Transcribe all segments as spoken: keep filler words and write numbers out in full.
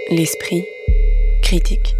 L'esprit critique.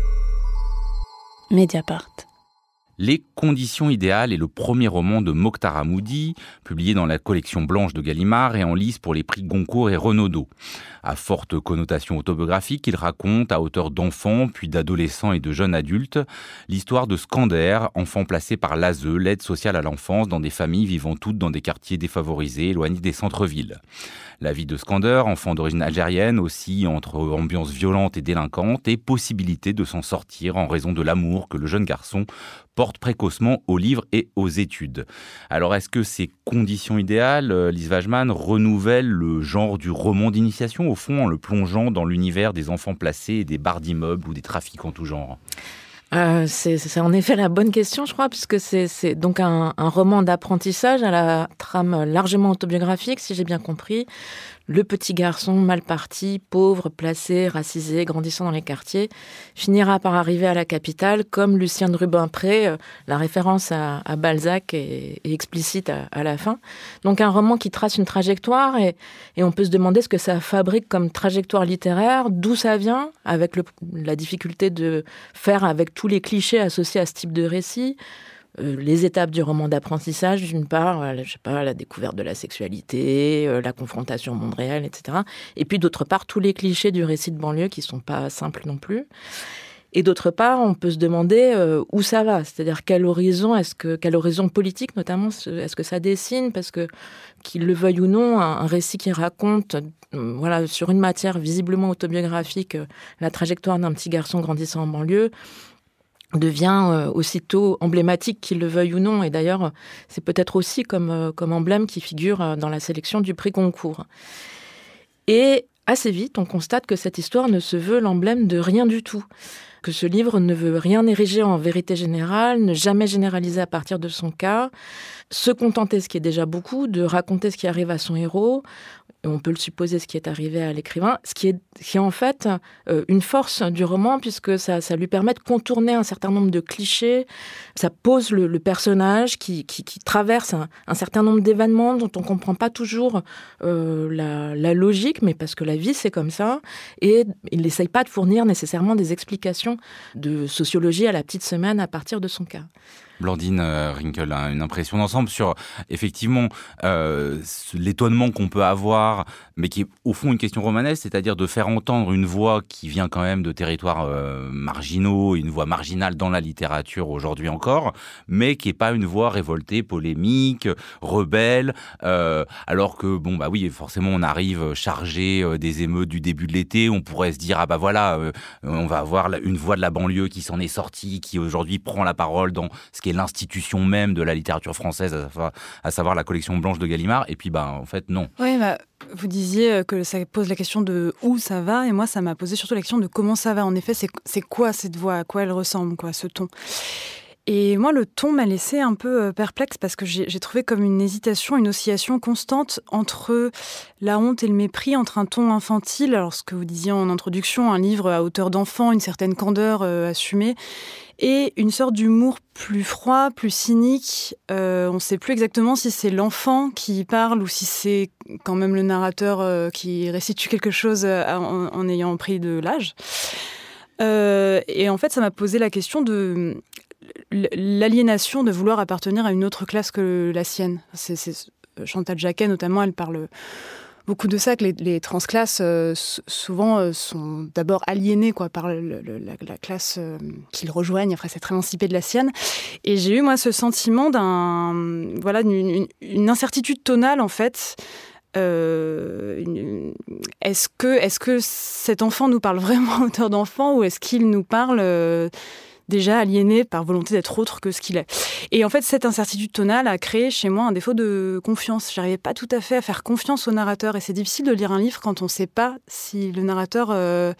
Mediapart. Les conditions idéales est le premier roman de Mokhtar Hamoudi, publié dans la collection blanche de Gallimard et en lice pour les prix Goncourt et Renaudot. À forte connotation autobiographique, il raconte, à hauteur d'enfants, puis d'adolescents et de jeunes adultes, l'histoire de Skander, enfant placé par l'A S E, l'aide sociale à l'enfance, dans des familles vivant toutes dans des quartiers défavorisés, éloignés des centres-villes. La vie de Skander, enfant d'origine algérienne, oscille entre ambiance violente et délinquante et possibilité de s'en sortir en raison de l'amour que le jeune garçon porte précocement aux livres et aux études. Alors, est-ce que ces conditions idéales, Lise Wajman, renouvellent le genre du roman d'initiation, au fond, en le plongeant dans l'univers des enfants placés et des barres d'immeubles ou des trafics en tout genre ? Euh, c'est, c'est en effet la bonne question, je crois, puisque c'est, c'est donc un, un roman d'apprentissage à la trame largement autobiographique, si j'ai bien compris. Le petit garçon mal parti, pauvre, placé, racisé, grandissant dans les quartiers, finira par arriver à la capitale, comme Lucien de Rubempré. Euh, la référence à, à Balzac est, est explicite à, à la fin. Donc un roman qui trace une trajectoire et, et on peut se demander ce que ça fabrique comme trajectoire littéraire, d'où ça vient, avec le, la difficulté de faire avec tous les clichés associés à ce type de récit. Euh, les étapes du roman d'apprentissage, d'une part, euh, je sais pas, la découverte de la sexualité, euh, la confrontation au monde réel, et cetera. Et puis d'autre part, tous les clichés du récit de banlieue qui sont pas simples non plus. Et d'autre part, on peut se demander euh, où ça va, c'est-à-dire quel horizon, est-ce que quel horizon politique notamment, est-ce que ça dessine, parce que qu'il le veuille ou non, un, un récit qui raconte, euh, voilà, sur une matière visiblement autobiographique, euh, la trajectoire d'un petit garçon grandissant en banlieue, devient euh, aussitôt emblématique, qu'il le veuille ou non. Et d'ailleurs, c'est peut-être aussi comme, euh, comme emblème qui figure euh, dans la sélection du prix Goncourt. Et assez vite, on constate que cette histoire ne se veut l'emblème de rien du tout. Que ce livre ne veut rien ériger en vérité générale, ne jamais généraliser à partir de son cas, se contenter, ce qui est déjà beaucoup, de raconter ce qui arrive à son héros, et on peut le supposer, ce qui est arrivé à l'écrivain, ce qui est, qui est en fait euh, une force du roman, puisque ça, ça lui permet de contourner un certain nombre de clichés, ça pose le, le personnage qui, qui, qui traverse un, un certain nombre d'événements dont on ne comprend pas toujours euh, la, la logique, mais parce que la vie, c'est comme ça, et il n'essaye pas de fournir nécessairement des explications de sociologie à la petite semaine à partir de son cas. Blandine euh, Rinkel, hein, une impression d'ensemble sur, effectivement, euh, l'étonnement qu'on peut avoir, mais qui est au fond une question romanesque, c'est-à-dire de faire entendre une voix qui vient quand même de territoires euh, marginaux, une voix marginale dans la littérature aujourd'hui encore, mais qui n'est pas une voix révoltée, polémique, rebelle, euh, alors que, bon, bah oui, forcément, on arrive chargé euh, des émeutes du début de l'été, on pourrait se dire, ah bah voilà, euh, on va avoir une voix de la banlieue qui s'en est sortie, qui aujourd'hui prend la parole dans ce qui est l'institution même de la littérature française, à savoir, à savoir la collection blanche de Gallimard, et puis bah, en fait non. Oui, bah, vous disiez que ça pose la question de où ça va, et moi ça m'a posé surtout la question de comment ça va. En effet, c'est, c'est quoi cette voix, à quoi elle ressemble, quoi, ce ton. Et moi, le ton m'a laissé un peu perplexe parce que j'ai, j'ai trouvé comme une hésitation, une oscillation constante entre la honte et le mépris, entre un ton infantile, alors ce que vous disiez en introduction, un livre à hauteur d'enfant, une certaine candeur euh, assumée, et une sorte d'humour plus froid, plus cynique. Euh, on ne sait plus exactement si c'est l'enfant qui parle ou si c'est quand même le narrateur euh, qui récite quelque chose en, en ayant pris de l'âge. Euh, et en fait, ça m'a posé la question de l'aliénation de vouloir appartenir à une autre classe que la sienne. C'est, c'est, Chantal Jacquet, notamment, elle parle beaucoup de ça, que les, les transclasses, euh, souvent, euh, sont d'abord aliénées quoi, par le, le, la, la classe euh, qu'ils rejoignent, après s'être émancipée de la sienne. Et j'ai eu, moi, ce sentiment d'un, voilà, d'une une, une incertitude tonale, en fait. Euh, une, est-ce que, est-ce que cet enfant nous parle vraiment à hauteur d'enfant ou est-ce qu'il nous parle... Euh, déjà aliéné par volonté d'être autre que ce qu'il est. Et en fait, cette incertitude tonale a créé chez moi un défaut de confiance. J'arrivais pas tout à fait à faire confiance au narrateur. Et c'est difficile de lire un livre quand on sait pas si le narrateur euh,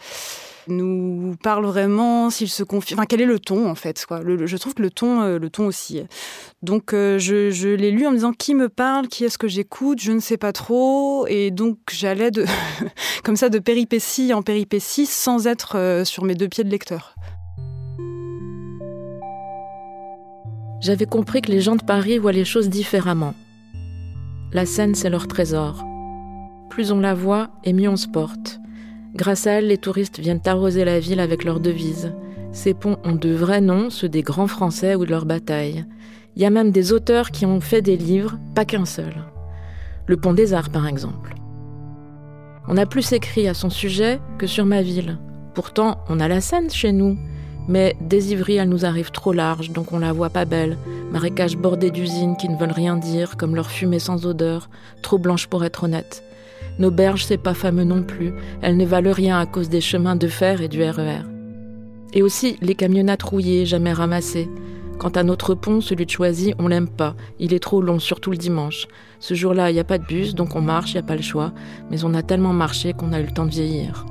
nous parle vraiment, s'il se confie... Enfin, quel est le ton, en fait, quoi. Le, le, je trouve que le ton, euh, le ton aussi. Donc, euh, je, je l'ai lu en me disant qui me parle, qui est-ce que j'écoute, je ne sais pas trop. Et donc, j'allais de comme ça de péripétie en péripétie sans être euh, sur mes deux pieds de lecteur. J'avais compris que les gens de Paris voient les choses différemment. La Seine, c'est leur trésor. Plus on la voit, et mieux on se porte. Grâce à elle, les touristes viennent arroser la ville avec leurs devises. Ces ponts ont de vrais noms, ceux des grands Français ou de leurs batailles. Il y a même des auteurs qui ont fait des livres, pas qu'un seul. Le Pont des Arts, par exemple. On a plus écrit à son sujet que sur ma ville. Pourtant, on a la Seine chez nous. Mais des Ivry, elle nous arrive trop large, donc on la voit pas belle. Marécages bordés d'usines qui ne veulent rien dire, comme leur fumée sans odeur, trop blanche pour être honnête. Nos berges, c'est pas fameux non plus. Elles ne valent rien à cause des chemins de fer et du R E R. Et aussi les camionnettes rouillées, jamais ramassées. Quant à notre pont, celui de Choisy, on l'aime pas. Il est trop long, surtout le dimanche. Ce jour-là, il n'y a pas de bus, donc on marche, il n'y a pas le choix. Mais on a tellement marché qu'on a eu le temps de vieillir.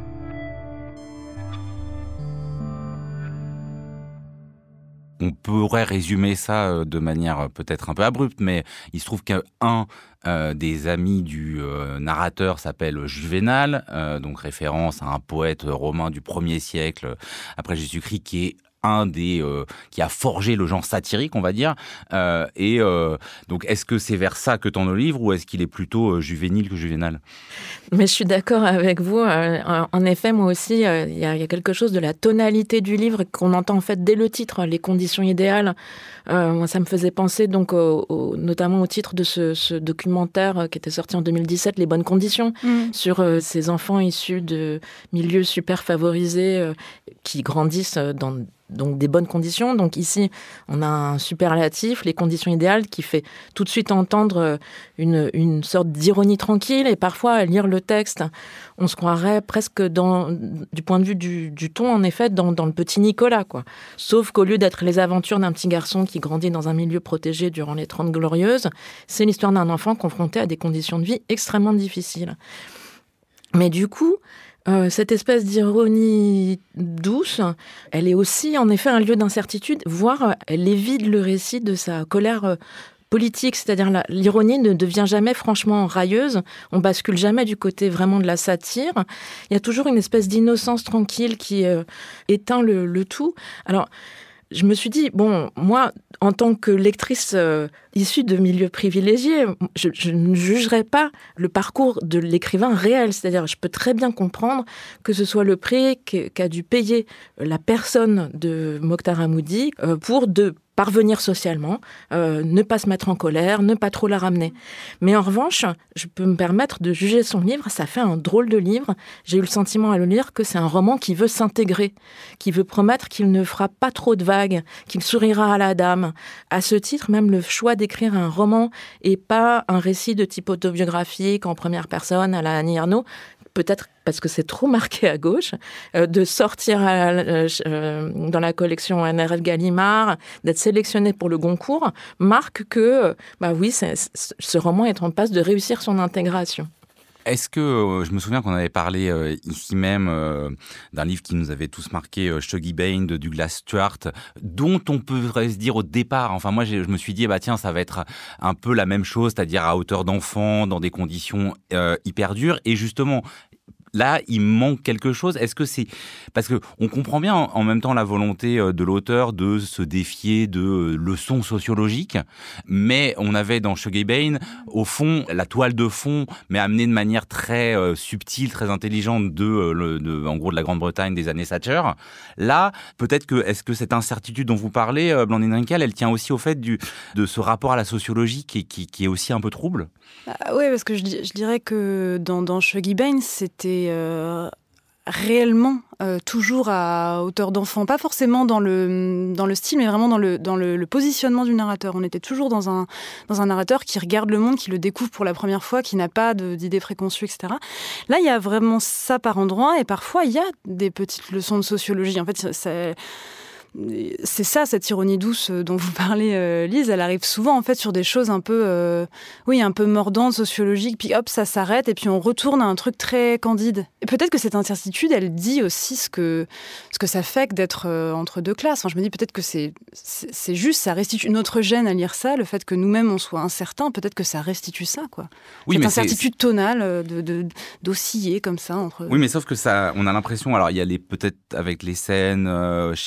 On pourrait résumer ça de manière peut-être un peu abrupte, mais il se trouve qu'un euh, des amis du euh, narrateur s'appelle Juvénal, euh, donc référence à un poète romain du premier siècle après Jésus-Christ, qui est un des euh, qui a forgé le genre satirique, on va dire. Euh, et euh, donc, est-ce que c'est vers ça que tend le livre, ou est-ce qu'il est plutôt euh, juvénile que juvénal ? Mais je suis d'accord avec vous. Euh, en effet, moi aussi, il euh, y, y a quelque chose de la tonalité du livre qu'on entend en fait dès le titre, les conditions idéales. Euh, moi, ça me faisait penser donc au, au, notamment au titre de ce, ce documentaire qui était sorti en deux mille dix-sept, Les bonnes conditions, mmh. sur euh, ces enfants issus de milieux super favorisés euh, qui grandissent dans donc des bonnes conditions. Donc ici, on a un superlatif, les conditions idéales, qui fait tout de suite entendre une, une sorte d'ironie tranquille. Et parfois, à lire le texte, on se croirait presque, dans, du point de vue du, du ton, en effet, dans, dans le petit Nicolas, quoi. Sauf qu'au lieu d'être les aventures d'un petit garçon qui grandit dans un milieu protégé durant les Trente Glorieuses, c'est l'histoire d'un enfant confronté à des conditions de vie extrêmement difficiles. Mais du coup, Euh, cette espèce d'ironie douce, elle est aussi en effet un lieu d'incertitude, voire elle évite le récit de sa colère politique, c'est-à-dire la, l'ironie ne devient jamais franchement railleuse, on bascule jamais du côté vraiment de la satire, il y a toujours une espèce d'innocence tranquille qui euh, éteint le, le tout. Alors, je me suis dit, bon, moi, en tant que lectrice euh, issue de milieux privilégiés, je, je ne jugerai pas le parcours de l'écrivain réel. C'est-à-dire, je peux très bien comprendre que ce soit le prix qu'a dû payer la personne de Mokhtar Hamoudi euh, pour de parvenir socialement, euh, ne pas se mettre en colère, ne pas trop la ramener. Mais en revanche, je peux me permettre de juger son livre, ça fait un drôle de livre. J'ai eu le sentiment à le lire que c'est un roman qui veut s'intégrer, qui veut promettre qu'il ne fera pas trop de vagues, qu'il sourira à la dame. À ce titre, même le choix d'écrire un roman et pas un récit de type autobiographique en première personne à la Annie Ernaux, peut-être parce que c'est trop marqué à gauche, euh, de sortir à, euh, euh, dans la collection N R F Gallimard, d'être sélectionné pour le Goncourt, marque que, euh, bah oui, c'est, c'est, ce roman est en passe de réussir son intégration. Est-ce que, euh, je me souviens qu'on avait parlé euh, ici même euh, d'un livre qui nous avait tous marqué, euh, Shuggie Bain de Douglas Stuart, dont on pourrait se dire au départ, enfin moi je me suis dit, bah tiens, ça va être un peu la même chose, c'est-à-dire à hauteur d'enfant, dans des conditions euh, hyper dures, et justement, là, il manque quelque chose. Est-ce que c'est... Parce qu'on comprend bien en même temps la volonté de l'auteur de se défier de leçons sociologiques, mais on avait dans Shuggie Bain, au fond, la toile de fond, mais amenée de manière très euh, subtile, très intelligente de, euh, de, en gros, de la Grande-Bretagne des années Thatcher. Là, peut-être que, est-ce que cette incertitude dont vous parlez, euh, Blandine Rinkel, elle tient aussi au fait du, de ce rapport à la sociologie qui, qui, qui est aussi un peu trouble ? Ah, oui, parce que je, je dirais que dans, dans Shuggie Bain, c'était Euh, réellement euh, toujours à hauteur d'enfant, pas forcément dans le, dans le style, mais vraiment dans, le, dans le, le positionnement du narrateur. On était toujours dans un, dans un narrateur qui regarde le monde, qui le découvre pour la première fois, qui n'a pas de, d'idées préconçues, et cetera. Là, il y a vraiment ça par endroit, et parfois, il y a des petites leçons de sociologie. En fait, ça... ça c'est ça, cette ironie douce dont vous parlez, euh, Lise, elle arrive souvent en fait sur des choses un peu, euh, oui, un peu mordantes, sociologiques, puis hop, ça s'arrête et puis on retourne à un truc très candide. Et peut-être que cette incertitude, elle dit aussi ce que, ce que ça fait que d'être euh, entre deux classes. Enfin, je me dis peut-être que c'est, c'est, c'est juste, ça restitue notre gêne à lire ça, le fait que nous-mêmes on soit incertains, peut-être que ça restitue ça, quoi. Oui, cette mais incertitude c'est... tonale de, de, d'osciller comme ça entre. Oui, mais sauf que ça, on a l'impression, alors il y a les, peut-être avec les scènes euh, chez le professeur,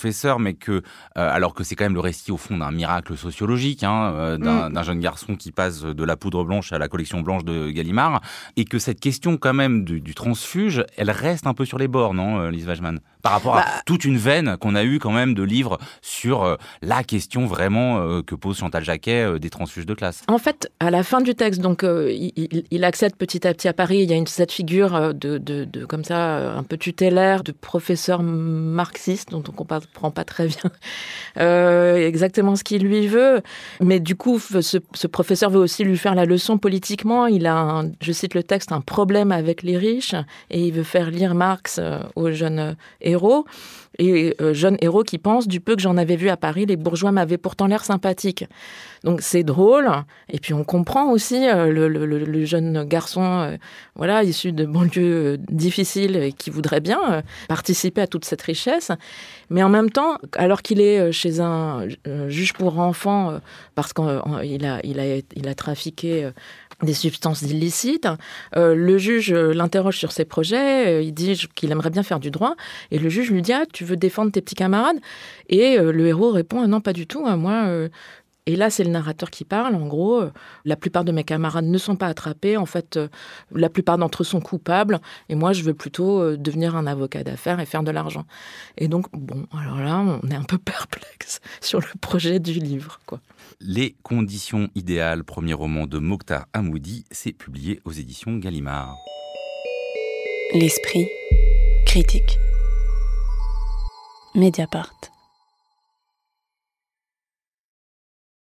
professeur, mais que, euh, alors que c'est quand même le récit au fond d'un miracle sociologique, hein, euh, d'un, mmh. d'un jeune garçon qui passe de la poudre blanche à la collection blanche de Gallimard, et que cette question quand même du, du transfuge, elle reste un peu sur les bords, non, Lise Wajman, par rapport bah... à toute une veine qu'on a eue quand même de livres sur euh, la question vraiment euh, que pose Chantal Jacquet euh, des transfuges de classe. En fait, à la fin du texte, donc euh, il, il accède petit à petit à Paris. Il y a une, cette figure de, de, de comme ça, un peu tutélaire, de professeur marxiste dont on ne comprend pas très bien euh, exactement ce qu'il lui veut. Mais du coup, ce, ce professeur veut aussi lui faire la leçon politiquement. Il a, un, je cite le texte, un problème avec les riches et il veut faire lire Marx euh, aux jeunes héros. Et euh, jeune héros qui pense, du peu que j'en avais vu à Paris, les bourgeois m'avaient pourtant l'air sympathiques. Donc c'est drôle. Et puis on comprend aussi euh, le, le, le jeune garçon, euh, voilà, issu de banlieues euh, difficiles et qui voudrait bien euh, participer à toute cette richesse. Mais en même temps, alors qu'il est chez un euh, juge pour enfants, euh, parce qu'il a, il a, il a trafiqué euh, des substances illicites, euh, le juge l'interroge sur ses projets, euh, il dit qu'il aimerait bien faire du droit, et le juge lui dit « Ah, tu veux défendre tes petits camarades ?» Et euh, le héros répond ah, « Non, pas du tout, hein, moi... Euh, » Et là, c'est le narrateur qui parle. En gros, euh, la plupart de mes camarades ne sont pas attrapés. En fait, euh, la plupart d'entre eux sont coupables. Et moi, je veux plutôt euh, devenir un avocat d'affaires et faire de l'argent. Et donc, bon, alors là, on est un peu perplexe sur le projet du livre, quoi. Les conditions idéales, premier roman de Mokhtar Hamoudi, c'est publié aux éditions Gallimard. L'esprit critique. Mediapart.